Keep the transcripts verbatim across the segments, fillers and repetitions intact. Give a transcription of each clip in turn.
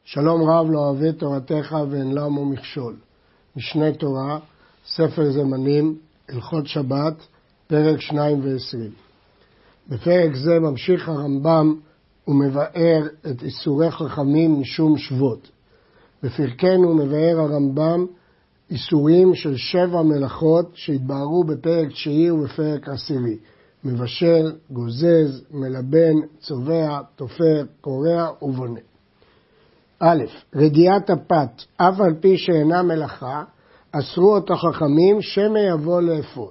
שלום רב לא אוהב תורתך ואין למו מכשול. משנה תורה, ספר זמנים, הלכות שבת, פרק שניים ועשרים. בפרק זה ממשיך הרמב"ם ומבאר את איסורי חכמים משום שבות. בפרקנו מבאר הרמב"ם איסורים של שבע מלאכות שהתבארו בפרק תשיעי ובפרק עשירי. מבשל, גוזז, מלבן, צובע, תופר, קורע ובונה. א', רדיעת הפת, אף על פי שאינה מלאכה, אסרו אותה חכמים שמא יבוא לאפות.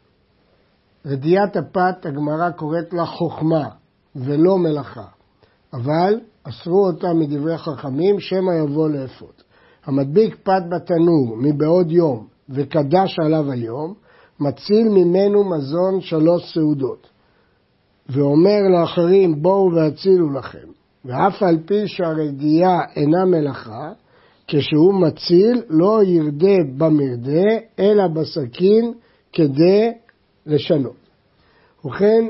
רדיעת הפת, הגמרא קוראת לה חוכמה ולא מלאכה, אבל אסרו אותה מדברי חכמים שמא יבוא לאפות. המדביק פת בתנור מבעוד יום וקדש עליו היום, מציל ממנו מזון שלוש סעודות. ואומר לאחרים בואו והצילו לכם. ואף על פי שהרדיעה אינה מלאכה, כשהוא מציל לא ירדה במרדה אלא בסכין כדי לשנות. וכן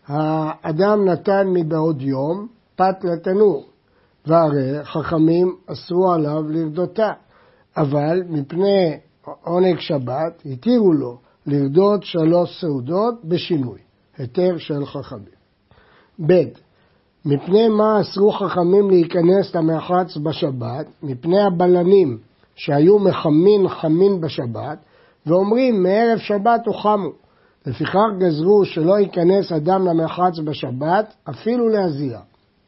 האדם נתן מבעוד יום פת לתנור, והרי חכמים אסרו עליו לרדותה, אבל מפני עונג שבת התירו לו לרדות שלוש סעודות בשינוי, היתר של חכמים. ב' מפני מה אסרו חכמים להיכנס למרחץ בשבת? מפני הבלנים שהיו מחמין חמין בשבת ואומרים מערב שבת הוחמו. לפיכך גזרו שלא ייכנס אדם למרחץ בשבת אפילו להזיע.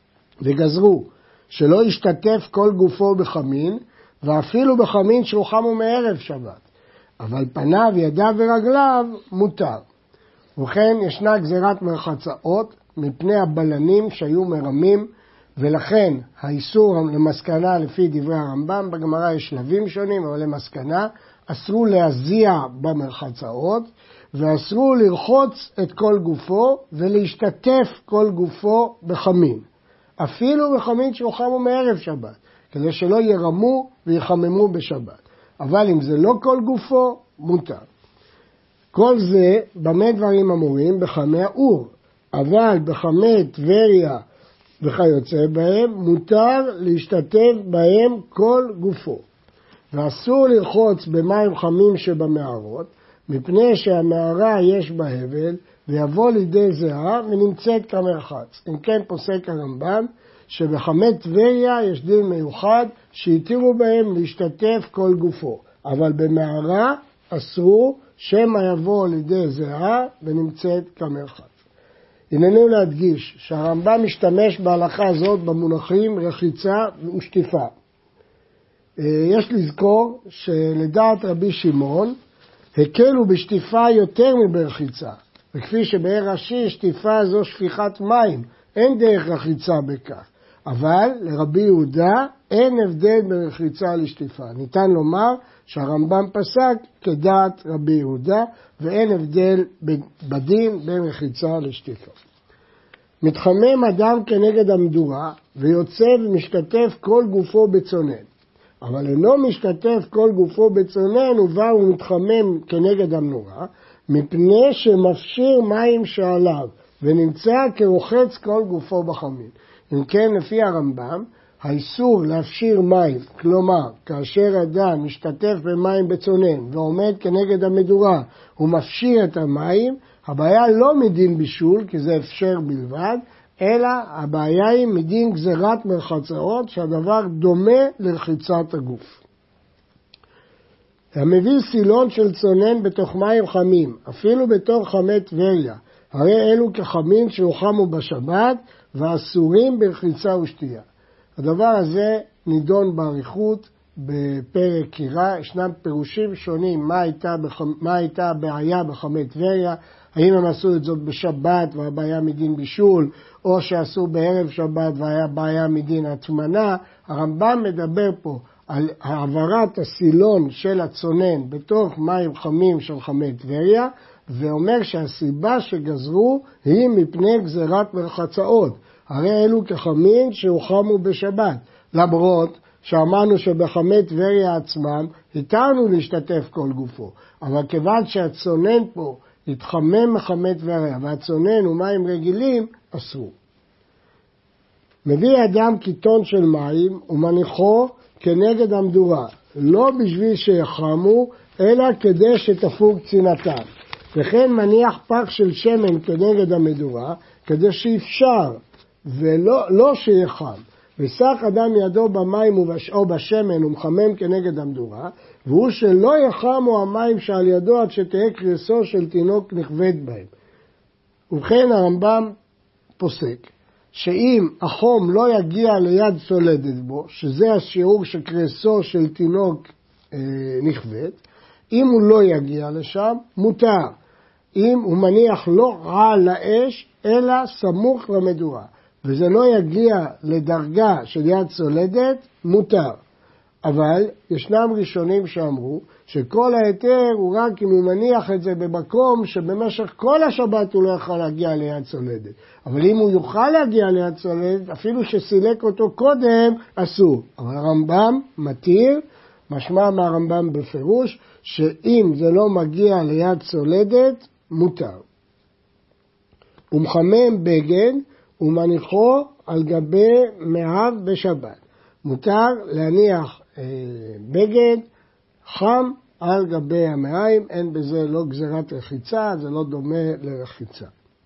וגזרו שלא ישתתף כל גופו בחמין ואפילו בחמין שהוחמו מערב שבת. אבל פניו, ידיו ורגליו מותר. וכן ישנה גזירת מרחצאות מפני הבלנים שהיו מרמים, ולכן האיסור למסקנה לפי דברי הרמב"ם, בגמרא יש שלבים שונים, אבל למסקנה אסרו להזיע במרחצאות, ואסרו לרחוץ את כל גופו ולהשתתף כל גופו בחמין. אפילו בחמין שהוחמו מערב שבת, כדי שלא ירמו ויחממו בשבת. אבל אם זה לא כל גופו, מותר. כל זה במה דברים אמורים? בחמי האור. אבל בחמי טבריה וכיוצא בהם מותר להשתתף בהם כל גופו. ואסור לרחוץ במים חמים שבמערות, מפני שהמערה יש בה הבל ויבוא לידי זהה ונמצאת כמרחץ. אם כן פוסק הרמב"ם שבחמי טבריה יש דין מיוחד שהתירו בהם להשתתף כל גופו, אבל במערה אסרו שמא יבוא לידי זהה ונמצאת כמרחץ. הננו להדגיש שהרמב"ם משתמש בהלכה הזאת במונחים רחיצה ושטיפה. יש לזכור שלדעת רבי שמעון הקלו בשטיפה יותר מברחיצה, וכפי שבאר רש"י שטיפה זו שפיכת מים, אין דרך רחיצה בכך. אבל לרבי יהודה אין הבדל בין רחיצה לשטיפה. ניתן לומר שהרמב"ם פסק כדעת רבי יהודה ואין הבדל בדין בין רחיצה לשטיפה. מתחמם אדם כנגד המדורה ויוצא ומשתתף כל גופו בצונן. אבל אינו משתתף כל גופו בצונן ובא ומתחמם כנגד המנורה מפני שמפשיר מים שעליו ונמצא כרוחץ כל גופו בחמין. אם כן, לפי הרמב"ם, האיסור להפשיר מים, כלומר, כאשר אדם משתתף במים בצונן ועומד כנגד המדורה ומפשיר את המים, הבעיה לא מדין בישול, כי זה אפשר בלבד, אלא הבעיה היא מדין גזירת מרחצאות, שהדבר דומה לרחיצת הגוף. המביא סילון של צונן בתוך מים חמים, אפילו בתוך חמי טבריה, הרי אלו כחמין שהוחמו בשבת, ואסורים ברחיצה ושתייה. הדבר הזה נידון באריכות בפרק קירה. ישנם פירושים שונים מה הייתה, בח... מה הייתה הבעיה בחמי טבריה, האם הם עשו את זאת בשבת והבעיה מדין בישול, או שעשו בערב שבת והיה בעיה מדין הטמנה. הרמב"ם מדבר פה על העברת הסילון של הצונן בתוך מים חמים של חמי טבריה, ואומר שהסיבה שגזרו היא מפני גזירת מרחצאות. הרי אלו כחמין שהוחמו בשבת. למרות שאמרנו שבחמי טבריה עצמם התרנו להשתתף כל גופו. אבל כיוון שהצונן פה התחמם מחמי טבריה והצונן הוא מים רגילים, אסרו. מביא אדם קיטון של מים ומניחו כנגד המדורה, לא בשביל שיחמו, אלא כדי שתפוג צינתם. וכן מניח פח של שמן כנגד המדורה, כדי שיפשר, ולא לא שיחם. וסח אדם ידו במים או בשמן ומחמם כנגד המדורה, והוא שלא יחמו המים שעל ידו עד שתהיה קריסו של תינוק נכבד בהם. ובכן הרמב"ם פוסק שאם החום לא יגיע ליד צולדת בו, שזה השיעור של קריסו של תינוק אה, נכבד, אם הוא לא יגיע לשם, מותר. אם הוא מניח לא על האש, אלא סמוך למדורה, וזה לא יגיע לדרגה של יד צולדת, מותר. אבל ישנם ראשונים שאמרו שכל היתר הוא רק אם הוא מניח את זה במקום שבמשך כל השבת הוא לא יכול להגיע ליד צולדת. אבל אם הוא יוכל להגיע ליד צולדת, אפילו שסילק אותו קודם, אסור. אבל הרמב"ם מתיר, משמע מהרמב"ם בפירוש, שאם זה לא מגיע ליד צולדת, מותר. הוא מחמם בגד ומניחו על גבי מאב בשבת. מותר להניח אה, בגד חם על גבי המעיים, אין בזה לא גזירת רחיצה, זה לא דומה לרחיצה.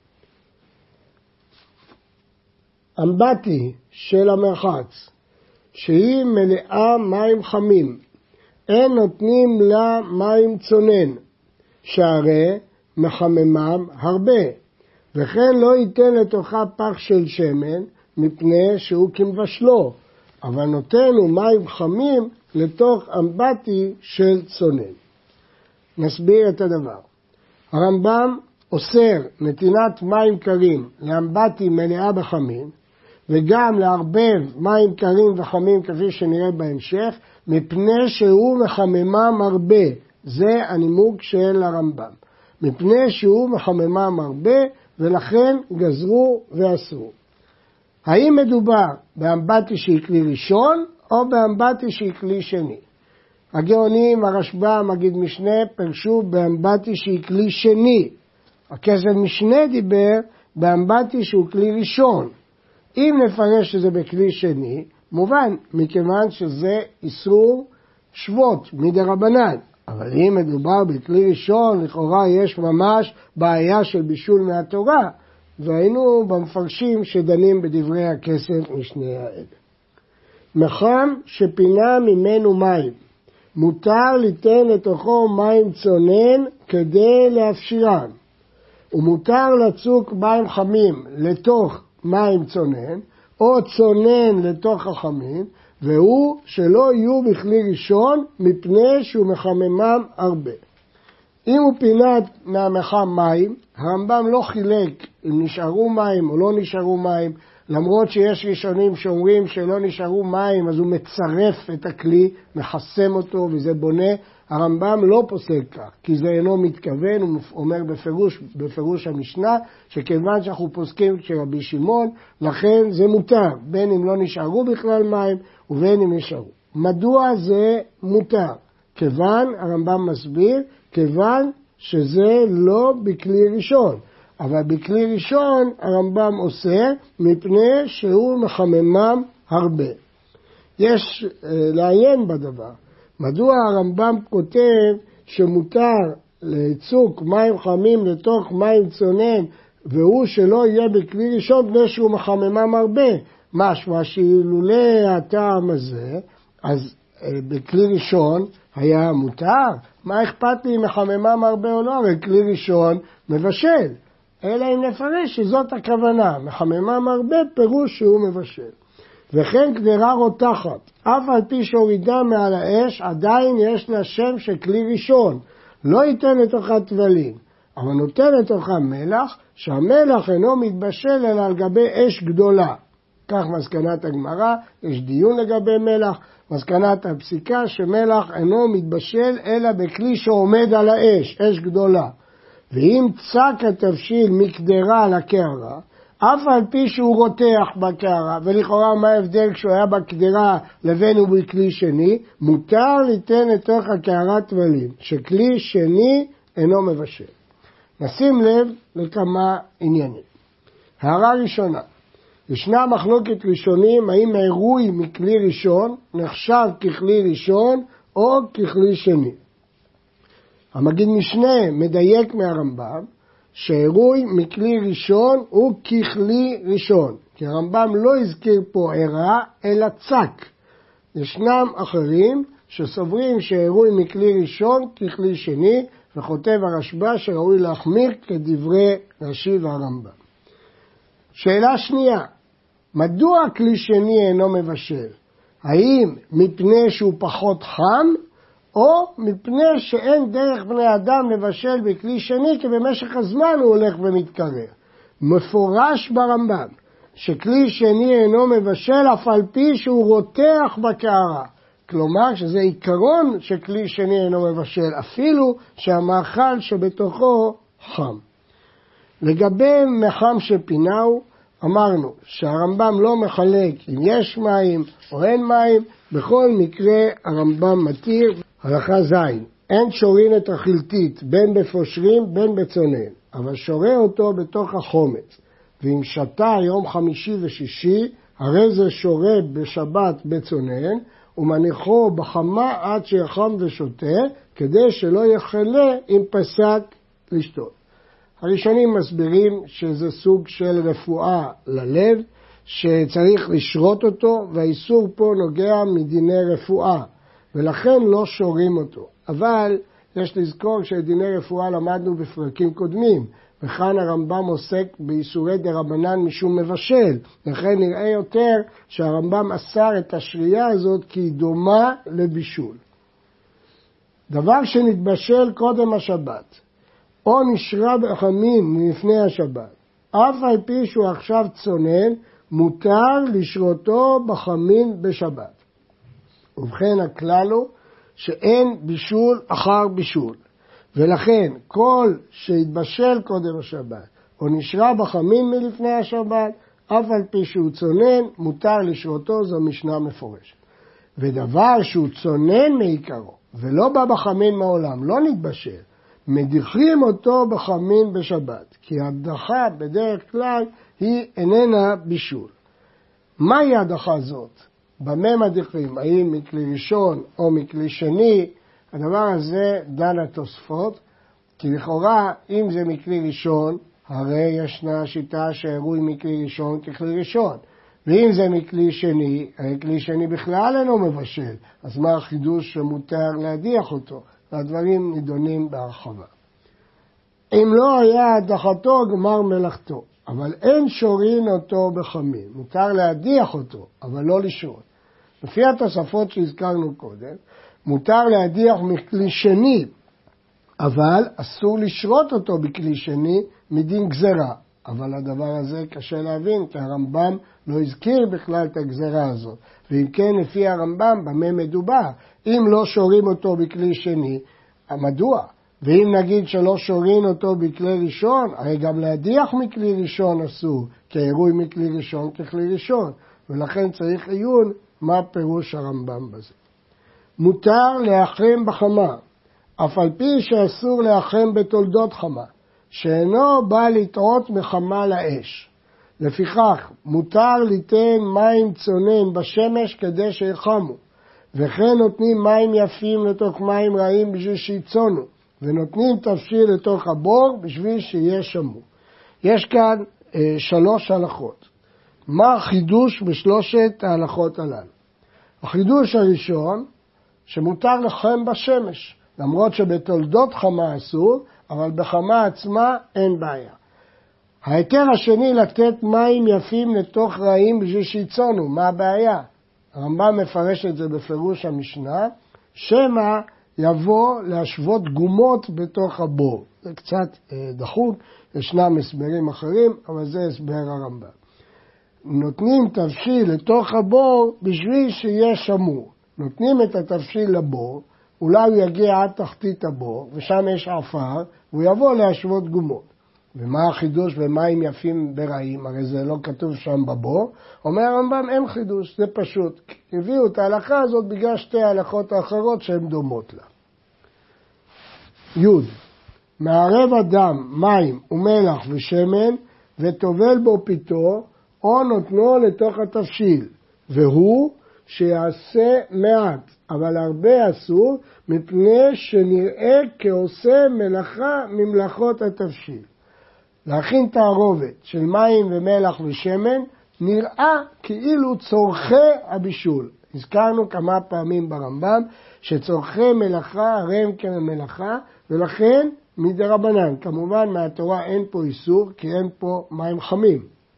אמבטי של המרחץ, שהיא מלאה מים חמים, אין נותנים לה מים צונן, שהרי מחממם הרבה, וכן לא ייתן לתוכה פח של שמן, מפני שהוא כמבשלו, אבל נותנו מים חמים לתוך אמבטי של צונן. נסביר את הדבר. הרמב"ם אוסר נתינת מים קרים לאמבטי מלאה בחמים, וגם לערבב מים קרים וחמים כפי שנראה בהמשך, מפני שהוא מחממם הרבה. זה הנימוק של הרמב"ם. מפני שהוא מחממם הרבה, ולכן גזרו ואסרו. האם מדובר באמבטי שהיא כלי ראשון, או באמבטי שהיא כלי שני? הגאונים, הרשב"ם, מגיד משנה, פרשו באמבטי שהיא כלי שני. הכסף משנה דיבר באמבטי שהוא כלי ראשון. אם נפרש שזה בכלי שני, מובן, מכיוון שזה איסור שבות מדרבנן. אבל אם מדובר בכלי ראשון, לכאורה יש ממש בעיה של בישול מהתורה, והיינו במפרשים שדנים בדברי הכסף משני האלה. מחם שפינה ממנו מים, מותר ליתן לתוכו מים צונן כדי להפשירם, ומותר לצוק מים חמים לתוך מים צונן, או צונן לתוך החמים, והוא שלא יהיו בכלי ראשון מפני שהוא מחממם הרבה. אם הוא פינה מהמחם מים, הרמב"ם לא חילק אם נשארו מים או לא נשארו מים, למרות שיש ראשונים שאומרים שלא נשארו מים, אז הוא מצרף את הכלי, מחסם אותו וזה בונה. הרמב"ם לא פוסק כך, כי זה אינו מתכוון, הוא אומר בפירוש, בפירוש המשנה, שכיוון שאנחנו פוסקים כרבי שמעון, לכן זה מותר, בין אם לא נשארו בכלל מים ובין אם נשארו. מדוע זה מותר? כיוון, הרמב"ם מסביר, כיוון שזה לא בכלי ראשון. אבל בכלי ראשון הרמב"ם אוסר מפני שהוא מחממם הרבה. יש לעיין בדבר. מדוע הרמב"ם כותב שמותר לצוק מים חמים לתוך מים צונן, והוא שלא יהיה בכלי ראשון מפני שהוא מחממם הרבה? משמע שאילולא הטעם הזה, אז בכלי ראשון היה מותר. מה אכפת לי אם מחממם הרבה או לא? הרי כלי ראשון מבשל. אלא אם נפרש שזאת הכוונה, מחממם הרבה פירוש שהוא מבשל. וכן קדרה רותחת, אף על פי שהורידה מעל האש, עדיין יש לה שם של כלי ראשון, לא ייתן לתוכה טבלים, אבל נותן לתוכה מלח, שהמלח אינו מתבשל אלא על גבי אש גדולה. כך מסקנת הגמרא, יש דיון לגבי מלח, מסקנת הפסיקה שמלח אינו מתבשל אלא בכלי שעומד על האש, אש גדולה. ואם צק התבשיל מקדרה לקערה, אף על פי שהוא רותח בקערה, ולכאורה מה ההבדל כשהוא היה בקדרה לבין הוא בכלי שני, מותר ליתן לתוך הקערה טבלים, שכלי שני אינו מבשל. נשים לב לכמה עניינים. הערה ראשונה, ישנה מחלוקת ראשונים האם העירוי מכלי ראשון נחשב ככלי ראשון או ככלי שני. המגיד משנה מדייק מהרמב"ם שעירוי מכלי ראשון הוא ככלי ראשון, כי הרמב"ם לא הזכיר פה עירה אלא צק. ישנם אחרים שסוברים שעירוי מכלי ראשון ככלי שני, וכותב הרשב"א שראוי להחמיר כדברי רש"י והרמב"ם. שאלה שנייה, מדוע כלי שני אינו מבשל? האם מפני שהוא פחות חם, או מפני שאין דרך בני אדם לבשל בכלי שני, כי במשך הזמן הוא הולך ומתקרר? מפורש ברמב"ם שכלי שני אינו מבשל אף על פי שהוא רותח בקערה. כלומר שזה עיקרון שכלי שני אינו מבשל, אפילו שהמאכל שבתוכו חם. לגבי מחם שפינהו, אמרנו שהרמב"ם לא מחלק אם יש מים או אין מים, בכל מקרה הרמב"ם מתיר. הלכה זין, אין שורין את החלטית בין בפושרים בין בצונן, אבל שורה אותו בתוך החומץ, ואם שתה יום חמישי ושישי, הרי זה שורה בשבת בצונן, ומניחו בחמה עד שיחם ושותה, כדי שלא יחלה אם פסק לשתות. הראשונים מסבירים שזה סוג של רפואה ללב, שצריך לשרות אותו, והאיסור פה נוגע מדיני רפואה, ולכן לא שורים אותו. אבל יש לזכור שדיני רפואה למדנו בפרקים קודמים, וכאן הרמב"ם עוסק באיסורי דרבנן משום מבשל, לכן נראה יותר שהרמב"ם אסר את השרייה הזאת כי היא דומה לבישול. דבר שנתבשל קודם השבת, או נשרה בחמין מלפני השבת, אף על פי שהוא עכשיו צונן, מותר לשרותו בחמין בשבת. ובכן הכלל הוא שאין בישול אחר בישול, ולכן כל שהתבשל קודם השבת או נשרה בחמין מלפני השבת, אף על פי שהוא צונן, מותר לשרותו, זו משנה מפורשת. ודבר שהוא צונן מעיקרו ולא בא בחמין מעולם, לא נתבשל, מדיחים אותו בחמין בשבת, כי הדחה בדרך כלל היא איננה בישול. מהי הדחה זאת? במה מדיחים? האם מכלי ראשון או מכלי שני? הדבר הזה דן התוספות, כי לכאורה אם זה מכלי ראשון, הרי ישנה שיטה שעירוי מכלי ראשון ככלי ראשון. ואם זה מכלי שני, הרי כלי שני בכלל אינו מבשל. אז מה החידוש שמותר להדיח אותו? והדברים נידונים בהרחבה. אם לא היה הדחתו, גמר מלאכתו. אבל אין שורין אותו בחמין. מותר להדיח אותו, אבל לא לשרות. לפי התוספות שהזכרנו קודם, מותר להדיח מכלי שני, אבל אסור לשרות אותו בכלי שני מדין גזרה. אבל הדבר הזה קשה להבין, כי הרמב"ם לא הזכיר בכלל את הגזרה הזאת. ואם כן, לפי הרמב"ם, במה מדובר? אם לא שורים אותו בכלי שני, מדוע? ואם נגיד שלא שורים אותו בכלי ראשון, הרי גם להדיח מכלי ראשון אסור, כי העירוי מכלי ראשון ככלי ראשון. ולכן צריך עיון מה פירוש הרמב"ם בזה. מותר להחם בחמה, אף על פי שאסור להחם בתולדות חמה, שאינו בא לטעות מחמה לאש. לפיכך, מותר ליתן מים צונן בשמש כדי שיחמו, וכן נותנים מים יפים לתוך מים רעים בשביל שיצונו, ונותנים תבשיל לתוך הבור בשביל שיהיה שמו. יש כאן אה, שלוש הלכות. מה החידוש בשלושת ההלכות הללו? החידוש הראשון, שמותר לחם בשמש, למרות שבתולדות חמה אסור, אבל בחמה עצמה אין בעיה. ההיתר השני, לתת מים יפים לתוך רעים בשביל שיצונו, מה הבעיה? הרמב"ם מפרש את זה בפירוש המשנה, שמא יבוא להשוות גומות בתוך הבור. זה קצת אה, דחוק, ישנם הסברים אחרים, אבל זה הסבר הרמב"ם. נותנים תבשיל לתוך הבור בשביל שיהיה שמור. נותנים את התבשיל לבור, אולי הוא יגיע עד תחתית הבור, ושם יש עפר, והוא יבוא להשוות גומות. ומה החידוש במים יפים ברעים? הרי זה לא כתוב שם בבור. אומר הרמב"ם, אין חידוש, זה פשוט. הביאו את ההלכה הזאת בגלל שתי ההלכות האחרות שהן דומות לה. י' מערב אדם מים ומלח ושמן, וטובל בו פיתו, או נותנו לתוך התבשיל, והוא שיעשה מעט, אבל הרבה אסור, מפני שנראה כעושה מלאכה ממלאכות התבשיל. להכין תערובת של מים ומלח ושמן, נראה כאילו צורכי הבישול. הזכרנו כמה פעמים ברמב"ם שצורכי מלאכה הרי הם כמלאכה, ולכן מדרבנן. כמובן מהתורה אין פה איסור, כי אין פה מים חמים.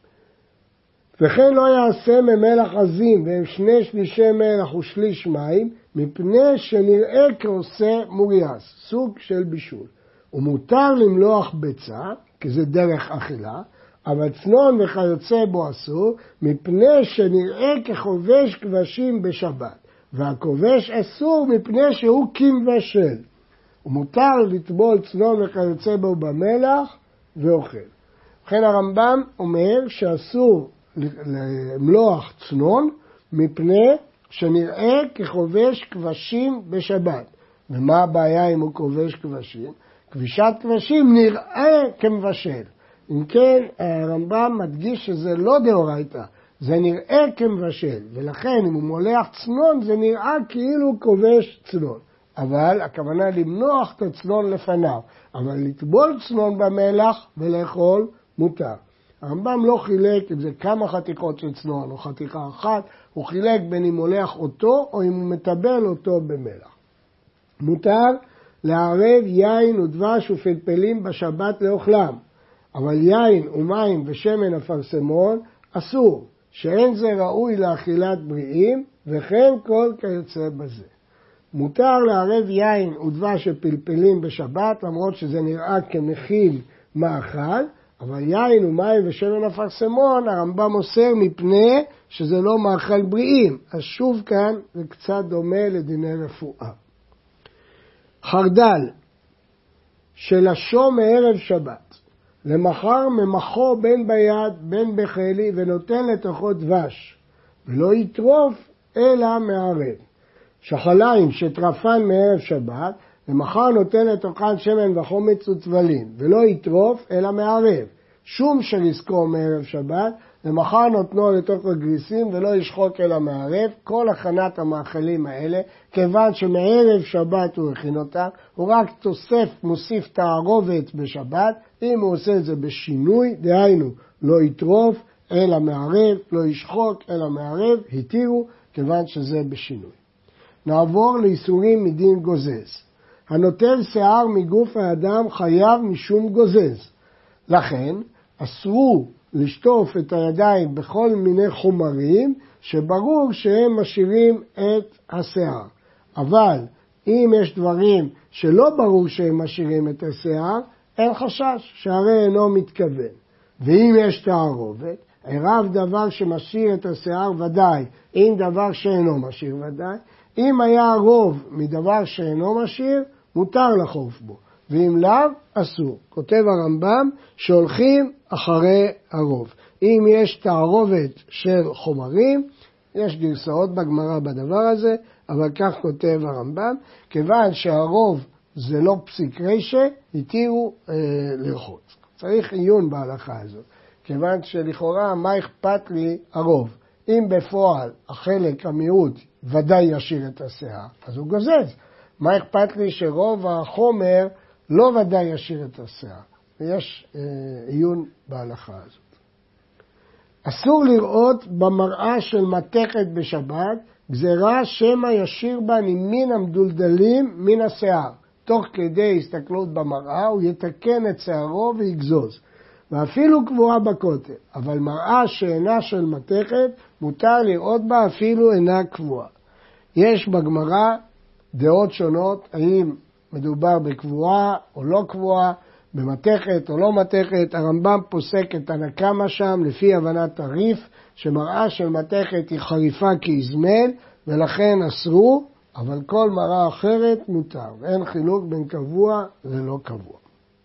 וכן לא יעשה ממלח עזים, והם שני שלישי מלח ושליש מים, מפני שנראה כעושה מורייס, סוג של בישול. ומותר למלוח ביצה, כי זה דרך אכילה, אבל צנון וכיוצא בו אסור, מפני שנראה כחובש כבשים בשבת. והכובש אסור מפני שהוא כמבשל. ומותר לטבול צנון וכיוצא בו במלח ואוכל. לכן הרמב"ם אומר שאסור למלוח צנון מפני שנראה כחובש כבשים בשבת. ומה הבעיה אם הוא כובש כבשים? כבישת כבשים נראה כמבשל. אם כן, הרמב"ם מדגיש שזה לא דאורייתא, זה נראה כמבשל, ולכן אם הוא מולח צנון זה נראה כאילו כובש צנון. אבל הכוונה למנוח את הצנון לפניו, אבל לטבול צנון במלח ולאכול מותר. הרמב"ם לא חילק אם זה כמה חתיכות של צנון או חתיכה אחת, הוא חילק בין אם מולח אותו או אם הוא מטבל אותו במלח. מותר לערב יין ודבש ופלפלים בשבת לאוכלם, אבל יין ומים ושמן אפרסמון אסור, שאין זה ראוי לאכילת בריאים, וכן כל כיוצא בזה. מותר לערב יין ודבש ופלפלים בשבת, למרות שזה נראה כמכיל מאכל, אבל יין ומים ושמן אפרסמון הרמב"ם אוסר מפני שזה לא מאכל בריאים. אז שוב כאן זה קצת דומה לדיני רפואה. חרדל שלשו מערב שבת, למחר ממחו בין ביד בין בחלי ונותן לתוכו דבש, ולא יטרוף אלא מערב. שחליים שטרפן מערב שבת, למחר נותן לתוכן שמן וחומץ וצבלים, ולא יטרוף אלא מערב. שום שריסקו מערב שבת, למחר נותנו לתוך הגריסים ולא ישחוק אלא מערב. כל הכנת המאכלים האלה, כיוון שמערב שבת הוא הכין אותה, הוא רק תוסף, מוסיף תערובת בשבת. אם הוא עושה את זה בשינוי, דהיינו לא יטרוף אלא מערב, לא ישחוק אלא מערב, התירו, כיוון שזה בשינוי. נעבור לאיסורים מדין גוזז. הנוטל שיער מגוף האדם חייב משום גוזז. לכן אסרו לשטוף את הידיים בכל מיני חומרים שברור שהם משאירים את השיער. אבל אם יש דברים שלא ברור שהם משאירים את השיער, אין חשש שהרי אינו מתכוון. ואם יש תערובת, ערב דבר שמשאיר את השיער ודאי, אם דבר שאינו משאיר ודאי. אם היה רוב מדבר שאינו משאיר, מותר לחוף בו. ואם לאו, אסור. כותב הרמב"ם שהולכים אחרי הרוב. אם יש תערובת של חומרים, יש גרסאות בגמרא בדבר הזה, אבל כך כותב הרמב"ם, כיוון שהרוב זה לא פסיק רשע, התירו אה, לרחוץ. צריך עיון בהלכה הזאת, כיוון שלכאורה מה אכפת לי הרוב? אם בפועל החלק המיעוט ודאי ישאיר את השיער, אז הוא גוזז. מה אכפת לי שרוב החומר לא ודאי ישאיר את השיער? ויש אה, עיון בהלכה הזאת. אסור לראות במראה של מתכת בשבת, גזירה שמא ישאיר בה נימין המדולדלים מן השיער. תוך כדי הסתכלות במראה הוא יתקן את שיערו ויגזוז. ואפילו קבועה בכותל, אבל מראה שאינה של מתכת, מותר לראות בה אפילו אינה קבועה. יש בגמרא דעות שונות, האם מדובר בקבועה או לא קבועה, במתכת או לא מתכת. הרמב"ם פוסק את הנקמה שם לפי הבנת הריף, שמראה של מתכת היא חריפה כאזמל, ולכן אסרו, אבל כל מראה אחרת מותר, ואין חילוק בין קבוע ללא קבוע.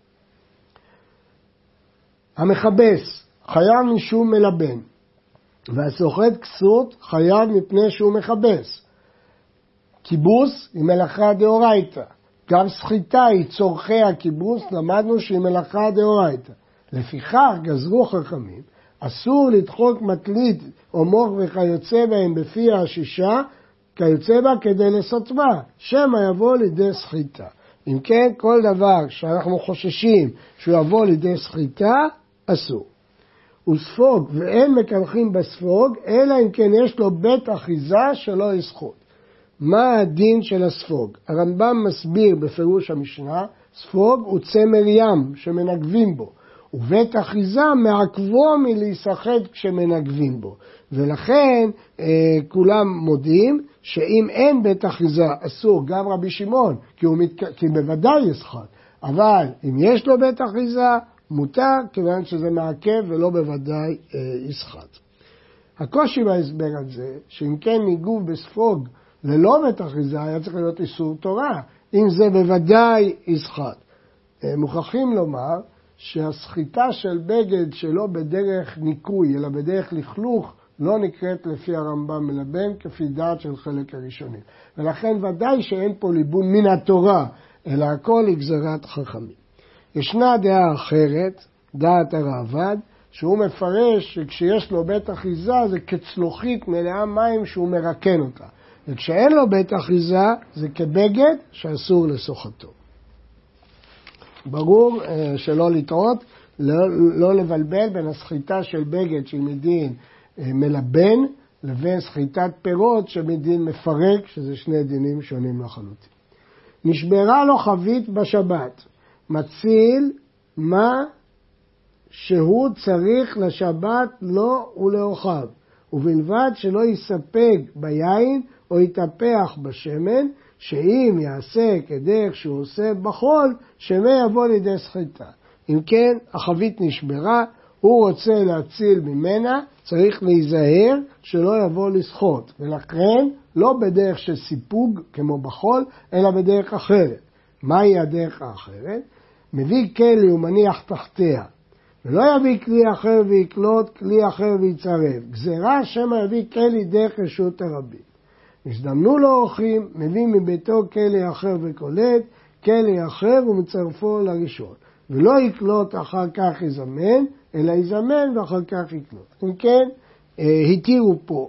המכבס חייב משום מלבן, והסוחט כסות חייב מפני שהוא מכבס. קיבוס היא מלאכה דאורייתא, גם סחיטה היא צורכי הקיבוס, למדנו שהיא מלאכה דאורייתא. לפיכך גזרו חכמים אסור לדחוק מטלית או מוח וכיוצא בהם בפי השישה, כיוצא בה כדי לסותמה, שמא יבוא לידי סחיטה. אם כן, כל דבר שאנחנו חוששים שהוא יבוא לידי סחיטה, אסור. וספוג, ואין מקנחים בספוג, אלא אם כן יש לו בית אחיזה שלא יסחוט. מה הדין של הספוג? הרמב"ם מסביר בפירוש המשנה, ספוג הוא צמר ים שמנגבים בו, ובית אחיזה מעכבו מלהיסחט כשמנגבים בו. ולכן אה, כולם מודים שאם אין בית אחיזה אסור, גם רבי שמעון, כי, הוא מת... כי בוודאי יסחט. אבל אם יש לו בית אחיזה, מותר, כיוון שזה מעכב ולא בוודאי אה, יסחט. הקושי בהסבר על זה, שאם כן ניגוב בספוג ללא בית אחיזה, היה צריך להיות איסור תורה. אם זה בוודאי יסחט. אה, מוכרחים לומר שהסחיטה של בגד שלא בדרך ניקוי, אלא בדרך לכלוך, לא נקראת לפי הרמב"ם מלבן, כפי דעת של חלק הראשונים. ולכן ודאי שאין פה ליבון מן התורה, אלא הכל היא גזרת חכמים. ישנה דעה אחרת, דעת הראב"ד, שהוא מפרש שכשיש לו בית אחיזה זה כצלוחית מלאה מים שהוא מרקן אותה. וכשאין לו בית אחיזה זה כבגד שאסור לסוחטו. ברור שלא לטעות, לא, לא לבלבל בין הסחיטה של בגד שמדין מלבן לבין סחיטת פירות שמדין מפרק, שזה שני דינים שונים לחלוטין. נשברה לו חבית בשבת, מציל מה שהוא צריך לשבת לו ולאוכיו, ובלבד שלא יספק ביין או יתהפך בשמן, שאם יעשה כדרך שהוא עושה בחול, שמא יבוא לידי סחיטה. אם כן, החבית נשברה, הוא רוצה להציל ממנה, צריך להיזהר שלא יבוא לסחוט, ולכן לא בדרך של סיפוג כמו בחול, אלא בדרך אחרת. מהי הדרך האחרת? מביא כלי ומניח תחתיה, ולא יביא כלי אחר ויקלוט, כלי אחר ויצרב. גזירה שמא יביא כלי דרך רשות הרבים. הזדמנו לו אורחים, מביא מביתו כלי אחר וקולט, כלי אחר ומצרפו לראשון. ולא יקלוט אחר כך יזמן, אלא יזמן ואחר כך יקלוט. אם כן, התירו פה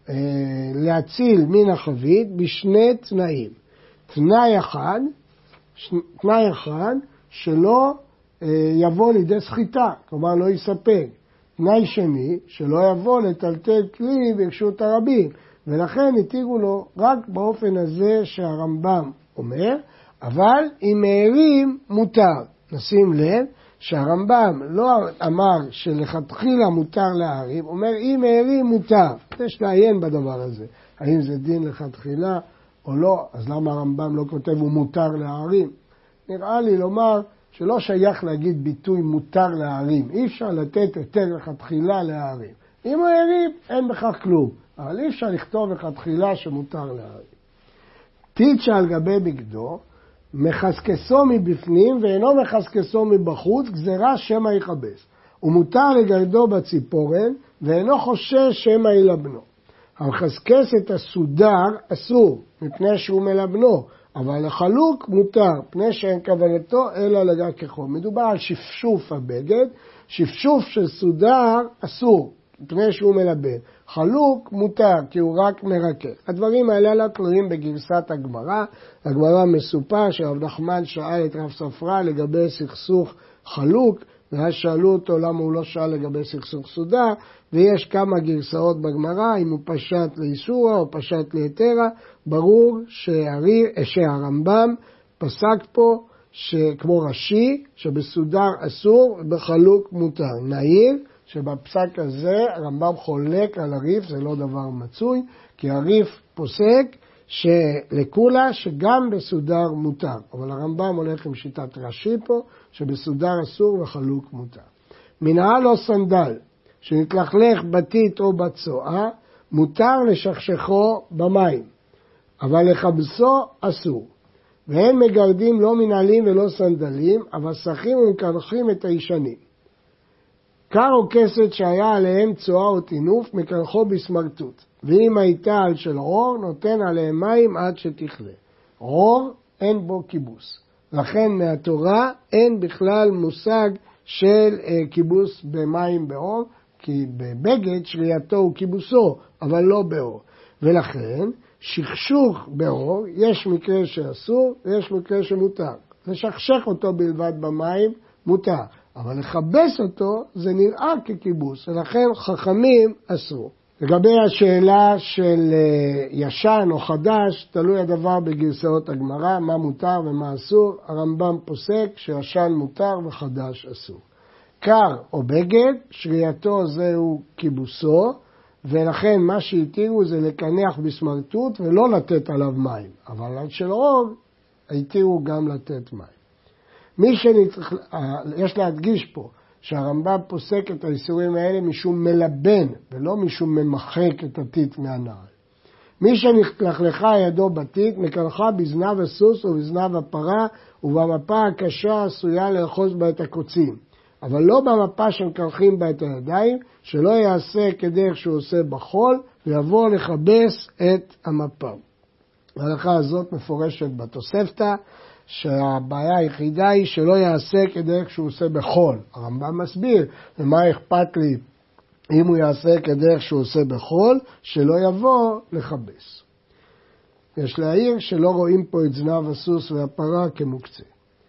להציל מן החבית בשני תנאים. תנאי אחד, תנאי אחד שלא יבוא לידי סחיטה, כלומר לא יספק. תנאי שני, שלא יבוא לטלטל כלי ברשות הרבים. ולכן התירו לו רק באופן הזה שהרמב"ם אומר, אבל אם מהרים מותר. נשים לב שהרמב"ם לא אמר שלכתחילה מותר להרים, הוא אומר אם מהרים מותר. יש לעיין בדבר הזה, האם זה דין לכתחילה או לא, אז למה הרמב"ם לא כותב הוא מותר להרים? נראה לי לומר שלא שייך להגיד ביטוי מותר להרים, אי אפשר לתת יותר לכתחילה להרים. אם הוא הרים אין בכך כלום. אבל אי אפשר לכתוב לכתחילה שמותר להרים. טיט על גבי בגדו, מחסקסו מבפנים ואינו מחסקסו מבחוץ, גזירה שמא יכבס. ומותר לגרדו בציפורן ואינו חושש שמא ילבנו. המחסקס את הסודר אסור, מפני שהוא מלבנו, אבל החלוק מותר, פני שאין כוונתו אלא לגחכו. מדובר על שפשוף הבגד, שפשוף של סודר אסור. מפני שהוא מלבן. חלוק מותר, כי הוא רק מרקה. הדברים האלה לא תלויים בגרסת הגמרא. הגמרא מסופר שרב נחמן שאל את רב ספרא לגבי סכסוך חלוק, ואז שאלו אותו למה הוא לא שאל לגבי סכסוך סודר, ויש כמה גרסאות בגמרא, אם הוא פשט לאיסורה או פשט ליתרה. ברור שהרי, שהרמב"ם פסק פה שכמו רש"י, שבסודר אסור ובחלוק מותר. נעיר שבפסק הזה הרמב"ם חולק על הריף, זה לא דבר מצוי, כי הריף פוסק שלכולה שגם בסודר מותר. אבל הרמב"ם הולך עם שיטת רש"י פה, שבסודר אסור וחלוק מותר. מנהל או סנדל, שנתלכלך בתית או בצואה, מותר לשכשכו במים, אבל לחבסו אסור. והם מגרדים לא מנהלים ולא סנדלים, אבל שכים ומקנחים את הישנים. קר או כסת שהיה עליהם צואה או תינוף, מקנחו בסמרטוט. ואם הייתה על של עור, נותן עליהם מים עד שתכלה. עור אין בו כיבוס. לכן מהתורה אין בכלל מושג של אה, כיבוס במים בעור. כי בבגד שרייתו הוא כיבוסו, אבל לא באור. ולכן, שכשוך באור, יש מקרה שאסור ויש מקרה שמותר. לשכשך אותו בלבד במים מותר, אבל לכבס אותו זה נראה ככיבוס, ולכן חכמים אסור. לגבי השאלה של ישן או חדש, תלוי הדבר בגרסאות הגמרא, מה מותר ומה אסור. הרמב"ם פוסק שישן מותר וחדש אסור. קר או בגד, שרייתו זהו כיבוסו, ולכן מה שהתירו זה לקנח בסמרטוט ולא לתת עליו מים. אבל עד של רוב, התירו גם לתת מים. מי שנצטרך, יש להדגיש פה, שהרמב"ם פוסק את האיסורים האלה משום מלבן, ולא משום ממחק את הטיט מהנעל. מי שנכלכה ידו בטיט, מקלחה בזנב הסוס או בזנב הפרה, ובמפה הקשה עשויה לאחוז בה את הקוצים. אבל לא במפה שמקלחים בה את הידיים, שלא יעשה כדרך שהוא עושה בחול, ויבוא לכבס את המפה. ההלכה הזאת מפורשת בתוספתא, שהבעיה היחידה היא שלא יעשה כדרך שהוא עושה בחול. הרמב"ם מסביר, ומה אכפת לי אם הוא יעשה כדרך שהוא עושה בחול, שלא יבוא לכבס. יש להעיר שלא רואים פה את זנב הסוס והפרה כמוקצה.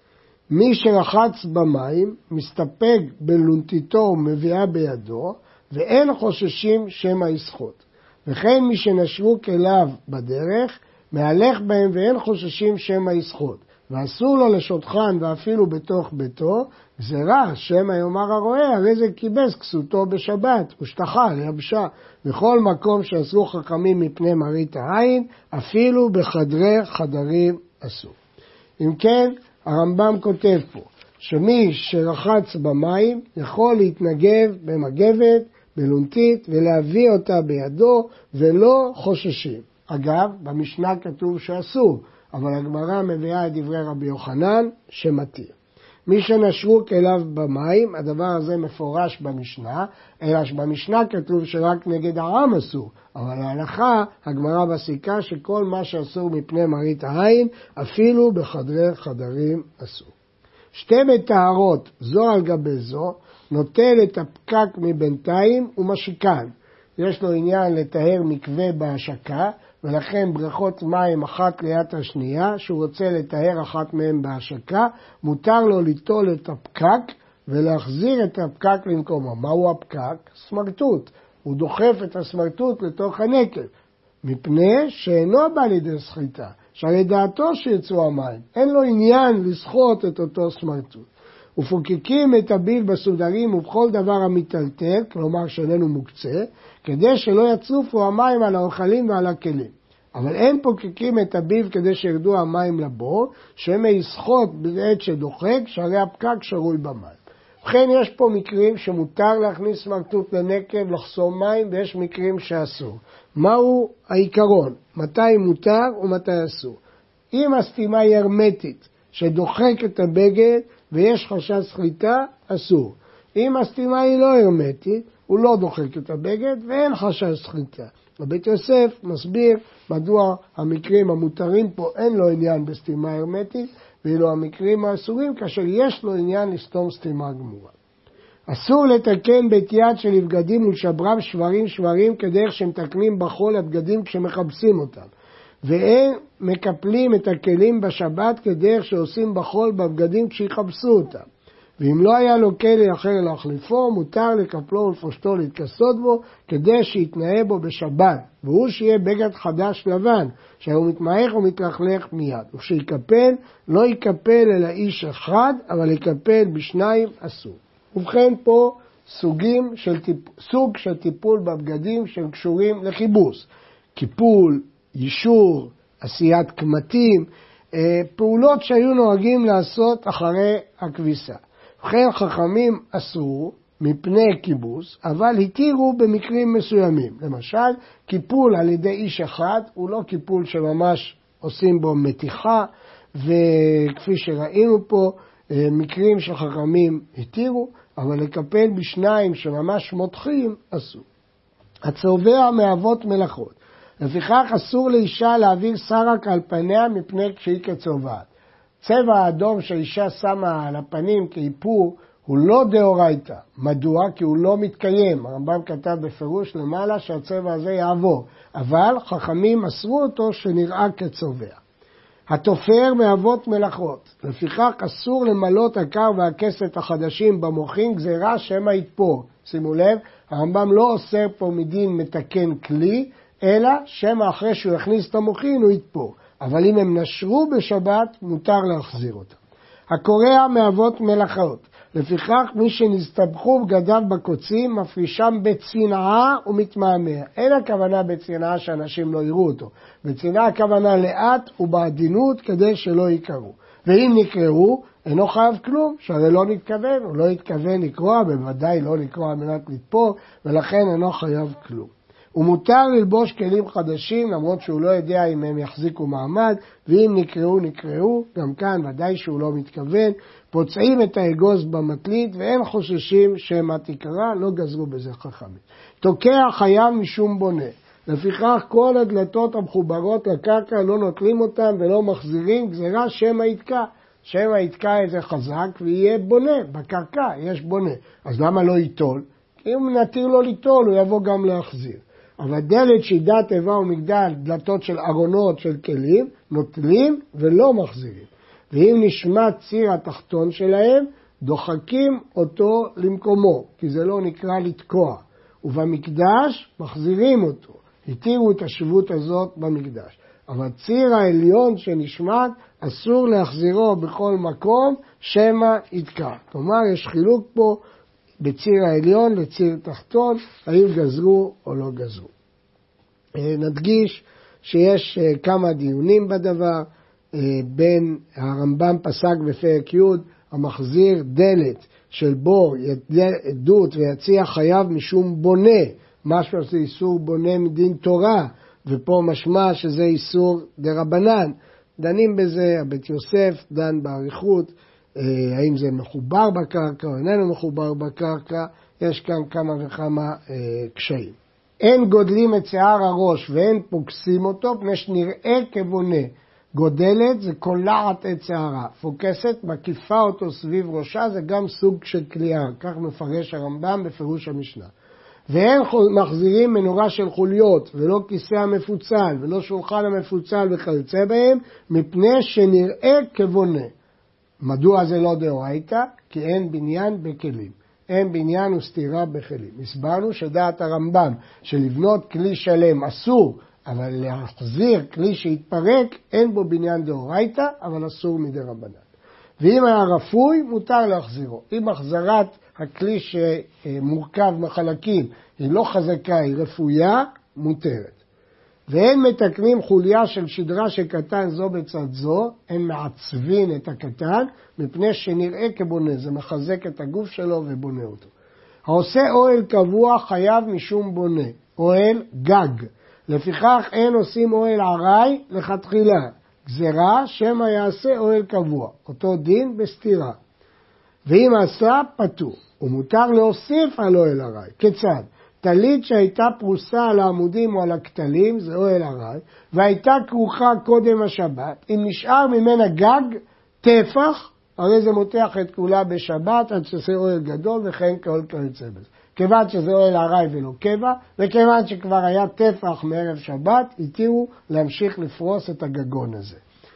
מי שרחץ במים מסתפק בלונטיתו ומביאה בידו, ואין חוששים שמא יסחוט. וכן מי שנשרו כליו בדרך, מהלך בהם ואין חוששים שמא יסחוט. ואסור לו לשותחן ואפילו בתוך ביתו, גזירה שמא יאמר הרועה, הרי זה כיבס כסותו בשבת, ושטחה ליבשה, בכל מקום שאסרו חכמים מפני מראית העין, אפילו בחדרי חדרים אסור. אם כן, הרמב"ם כותב פה, שמי שרחץ במים יכול להתנגב במגבת, בלונטית, ולהביא אותה בידו, ולא חוששים. אגב, במשנה כתוב שאסור, אבל הגמרא מביאה את דברי רבי יוחנן שמתיר. מי שנשרו כליו במים, הדבר הזה מפורש במשנה, אלא שבמשנה כתוב שרק נגד העם אסור, אבל להלכה הגמרא בסיקה שכל מה שאסור מפני מראית העין, אפילו בחדרי חדרים אסור. שתי מטהרות זו על גבי זו, נוטל את הפקק מבינתיים ומשיקן. יש לו עניין לטהר מקווה בהשקה, ולכן בריכות מים אחת ליד השנייה, שהוא רוצה לטהר אחת מהן בהשקה, מותר לו ליטול את הפקק ולהחזיר את הפקק למקומו. מהו הפקק? סמרטוט. הוא דוחף את הסמרטוט לתוך הנקב, מפני שאינו בא לידי סחיטה, שהרי דעתו שיצאו המים, אין לו עניין לסחוט את אותו סמרטוט. ופוקקים את הביל בסודרים ובכל דבר המטלטל, כלומר שאיננו מוקצה, כדי שלא יצופו המים על האוכלים ועל הכלים. אבל אין פוקקים את הביל כדי שירדו המים לבור, שמא יסחוט בעת שדוחק, שהרי הפקק שרוי במים. ובכן יש פה מקרים שמותר להכניס סמרטוט לנקב, לחסום מים, ויש מקרים שאסור. מהו העיקרון? מתי מותר ומתי אסור? אם הסתימה היא הרמטית, שדוחק את הבגד, ויש חשש סחיטה, אסור. אם הסתימה היא לא הרמטית, הוא לא דוחק את הבגד ואין חשש סחיטה. בבית יוסף מסביר מדוע המקרים המותרים פה אין לו עניין בסתימה הרמטית, ואילו המקרים האסורים כאשר יש לו עניין לסתום סתימה גמורה. אסור לתקן בית יד של בגדים ולשברם שברים שברים כדרך שמתקנים בחול הבגדים כשמחבסים אותם. ואין מקפלים את הכלים בשבת כדרך שעושים בחול בבגדים כשיחבסו אותם. ואם לא היה לו כלי אחר להחליפו, מותר לקפלו ולפושטו להתכסות בו כדי שיתנאה בו בשבת. והוא שיהיה בגד חדש לבן, שהוא מתמעך ומתלכלך מיד. וכשיקפל, לא יקפל אלא איש אחד, אבל יקפל בשניים אסור. ובכן פה סוגים של טיפ... סוג של טיפול בבגדים שהם קשורים לכיבוס. קיפול, יישור, עשיית קמטים, פעולות שהיו נוהגים לעשות אחרי הכביסה. ובכן חכמים אסור מפני כיבוס, אבל התירו במקרים מסוימים. למשל, קיפול על ידי איש אחד הוא לא קיפול שממש עושים בו מתיחה, וכפי שראינו פה, מקרים שחכמים התירו, אבל לקפל בשניים שממש מותחים אסור. הצובע מאבות מלאכות. לפיכך אסור לאישה להעביר סרק על פניה מפני כשהיא כצובעת. צבע האדום שהאישה שמה על הפנים כאיפור הוא לא דאורייתא. מדוע? כי הוא לא מתקיים. הרמב"ם כתב בפירוש למעלה שהצבע הזה יעבור, אבל חכמים אסרו אותו שנראה כצובע. התופר מאבות מלאכות, לפיכך אסור למלות הקר והכסת החדשים במוחין גזירה שמא יתפור. שימו לב, הרמב"ם לא אוסר פה מדין מתקן כלי, אלא שמא אחרי שהוא יכניס את המוחין הוא יתפור. אבל אם הם נשרו בשבת, מותר להחזיר אותם. הקורע מאבות מלאכות, לפיכך מי שנסתבכו בגדיו בקוצים מפרישם בצנעה ומתמהמה. אין הכוונה בצנעה שאנשים לא יראו אותו. בצנעה הכוונה לאט ובעדינות כדי שלא יקראו. ואם נקראו, אינו חייב כלום, שהרי לא נתכוון, הוא לא התכוון לקרוע, בוודאי לא לקרוע על מנת לתפור, ולכן אינו חייב כלום. ומותר ללבוש כלים חדשים, למרות שהוא לא יודע אם הם יחזיקו מעמד, ואם נקראו, נקראו, גם כאן ודאי שהוא לא מתכוון, פוצעים את האגוז במטלית, ואין חוששים שמה תקרא, לא גזרו בזה חכמים. תוקע חייב משום בונה, לפיכך כל הדלתות המחוברות לקרקע לא נוטלים אותם ולא מחזירים, גזירה שמא יתקע. שמא יתקע איזה חזק ויהיה בונה, בקרקע יש בונה. אז למה לא ייטול? כי אם נתיר לו ליטול, הוא יבוא גם להחזיר. אבל דלת שידה תיבה ומגדל, דלתות של ארונות של כלים, נוטלים ולא מחזירים. ואם נשמע ציר התחתון שלהם, דוחקים אותו למקומו, כי זה לא נקרא לתקוע. ובמקדש מחזירים אותו. התירו את השבות הזאת במקדש. אבל ציר העליון שנשמט, אסור להחזירו בכל מקום, שמא יתקע. כלומר, יש חילוק פה בציר העליון לציר תחתון, האם גזרו או לא גזרו. נדגיש שיש כמה דיונים בדבר, בין הרמב"ם פסק בפרק י' המחזיר דלת של בור, עדות ויציע חייב משום בונה, משהו שזה איסור בונה מדין תורה, ופה משמע שזה איסור דרבנן. דנים בזה, הבית יוסף דן בעריכות, האם זה מחובר בקרקע או איננו מחובר בקרקע, יש כאן כמה וכמה קשיים. אין גודלים את שיער הראש ואין פוקסים אותו, פני שנראה כבונה. גודלת זה קולעת את שערה, פוקסת, מקיפה אותו סביב ראשה, זה גם סוג של קליעה, כך מפרש הרמב"ם בפירוש המשנה. ואין מחזירים מנורה של חוליות, ולא כיסא המפוצל, ולא שולחן המפוצל וכיוצא בהם, מפני שנראה כבונה. מדוע זה לא דאורייתא? כי אין בניין בכלים. אין בניין וסתירה בכלים. הסברנו שדעת הרמב"ם שלבנות כלי שלם אסור, אבל להחזיר כלי שהתפרק, אין בו בניין דאורייתא, אבל אסור מדרבנן. ואם היה רפוי, מותר להחזירו. אם החזרת הכלי שמורכב מחלקים היא לא חזקה, היא רפויה, מותרת. ואין מתקנים חוליה של שדרה שקטן זו בצד זו, אין מעצבין את הקטן, מפני שנראה כבונה, זה מחזק את הגוף שלו ובונה אותו. העושה אוהל קבוע חייב משום בונה, אוהל גג. לפיכך אין עושים אוהל ערי לכתחילה, גזירה שמא יעשה אוהל קבוע, אותו דין בסתירה. ואם עשה פטור, ומותר להוסיף על אוהל ערי. כיצד? טלית שהייתה פרוסה על העמודים או על הכתלים, זה אוהל ערי, והייתה כרוכה קודם השבת, אם נשאר ממנה גג, טפח, הרי זה מותח את כולה בשבת, עד שזה אוהל גדול וכן כל כיוצא בזה. כיוון שזה אוהל ערי ולא קבע, וכיוון שכבר היה טפח מערב שבת, התירו להמשיך לפרוס את הגגון הזה.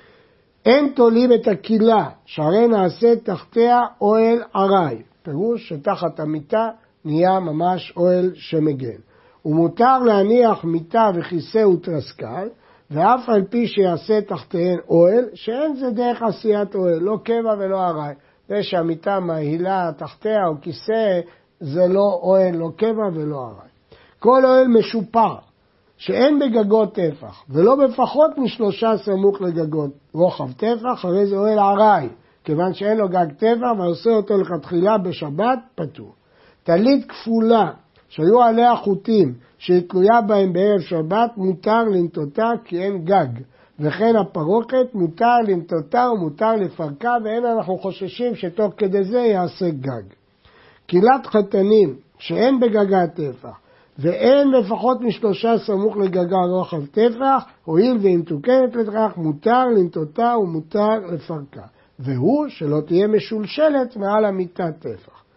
אין תולים את הקילה, שהרי נעשה תחתיה אוהל ערי. פירוש שתחת המיטה נהיה ממש אוהל שמגן. ומותר להניח מיטה וכיסא ותרסקל, ואף על פי שיעשה תחתיהן אוהל, שאין זה דרך עשיית אוהל, לא קבע ולא ערי. זה שהמיטה מהילה תחתיה או כיסא, זה לא אוהל, לא קבע ולא ערי. כל אוהל משופר, שאין בגגות טפח, ולא בפחות משלושה סמוך לגגות רוחב טפח, הרי זה אוהל ערי, כיוון שאין לו גג טפח, ועושה אותו לכתחילה בשבת, פטור. טלית כפולה, שהיו עליה חוטים, שהיא תלויה בהם בערב שבת, מותר לנטותה כי אין גג. וכן הפרוקת מותר לנטותה ומותר לפרקה, ואין אנחנו חוששים שתוך כדי זה יעשה גג. קהילת חתנים, שאין בגגה טפח, ואין לפחות משלושה סמוך לגגה רוחב טפח, הואיל והיא מתוקנת לכך, מותר לנטותה ומותר לפרקה. והוא שלא תהיה משולשלת מעל המיטה טפח.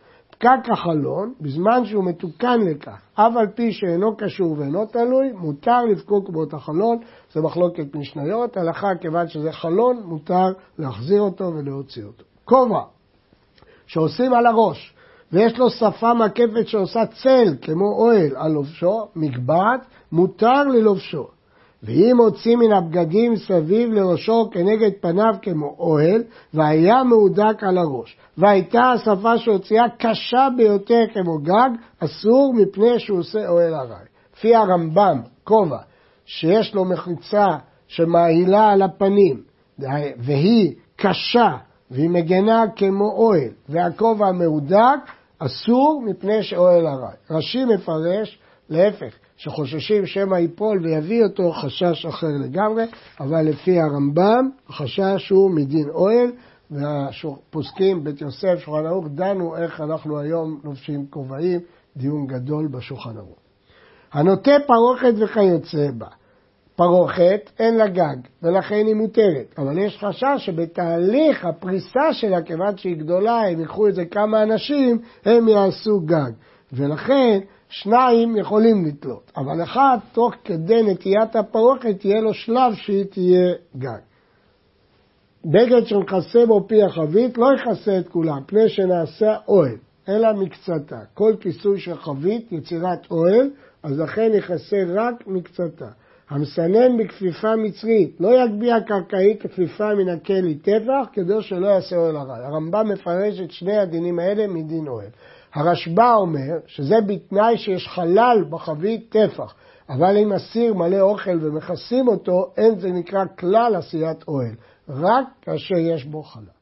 פקק החלון, בזמן שהוא מתוקן לכך, אף על פי שאינו קשור ואינו תלוי, מותר לפקוק בו את החלון, זה מחלוקת משניות, הלכה כיוון שזה חלון, מותר להחזיר אותו ולהוציא אותו. כובע, שעושים על הראש, ויש לו שפה מקפת שעושה צל, כמו אוהל על לובשו, מקבעת, מותר ללובשו. ואם הוציא מן הבגדים סביב לראשו כנגד פניו כמו אוהל, והיה מהודק על הראש, והייתה השפה שהוציאה קשה ביותר כמו גג, אסור מפני שהוא עושה אוהל ארעי. לפי הרמב"ם, כובע, שיש לו מחיצה שמעילה על הפנים, והיא קשה, והיא מגנה כמו אוהל, והכובע מהודק, אסור מפני שאוהל ארעי. רש"י מפרש, להפך, שחוששים שמא ייפול ויביא אותו חשש אחר לגמרי, אבל לפי הרמב"ם, החשש הוא מדין אוהל, והפוסקים בית יוסף, שולחן ערוך, דנו איך אנחנו היום לובשים כובעים, דיון גדול בשולחן ערוך. הנוטה פרוכת וכיוצא בה. פרוכת אין לה גג, ולכן היא מותרת, אבל יש חשש שבתהליך הפריסה שלה, כיוון שהיא גדולה, הם יקחו את זה כמה אנשים, הם יעשו גג, ולכן שניים יכולים לתלות, אבל אחד תוך כדי נטיית הפרוכת תהיה לו שלב שהיא תהיה גג. בגד שמכסה בו פי החבית לא יכסה את כולם, פני שנעשה אוהל, אלא מקצתה. כל כיסוי של חבית יצירת אוהל, אז לכן יכסה רק מקצתה. המסנן בכפיפה מצרית לא יגביה קרקעית כפיפה מן הכלי טפח, כדי שלא יעשה אוהל ארעי. הרמב"ם מפרש את שני הדינים האלה מדין אוהל. הרשב"א אומר שזה בתנאי שיש חלל בחבית טפח, אבל אם אסיר מלא אוכל ומכסים אותו, אין זה נקרא כלל עשיית אוהל, רק כאשר יש בו חלל.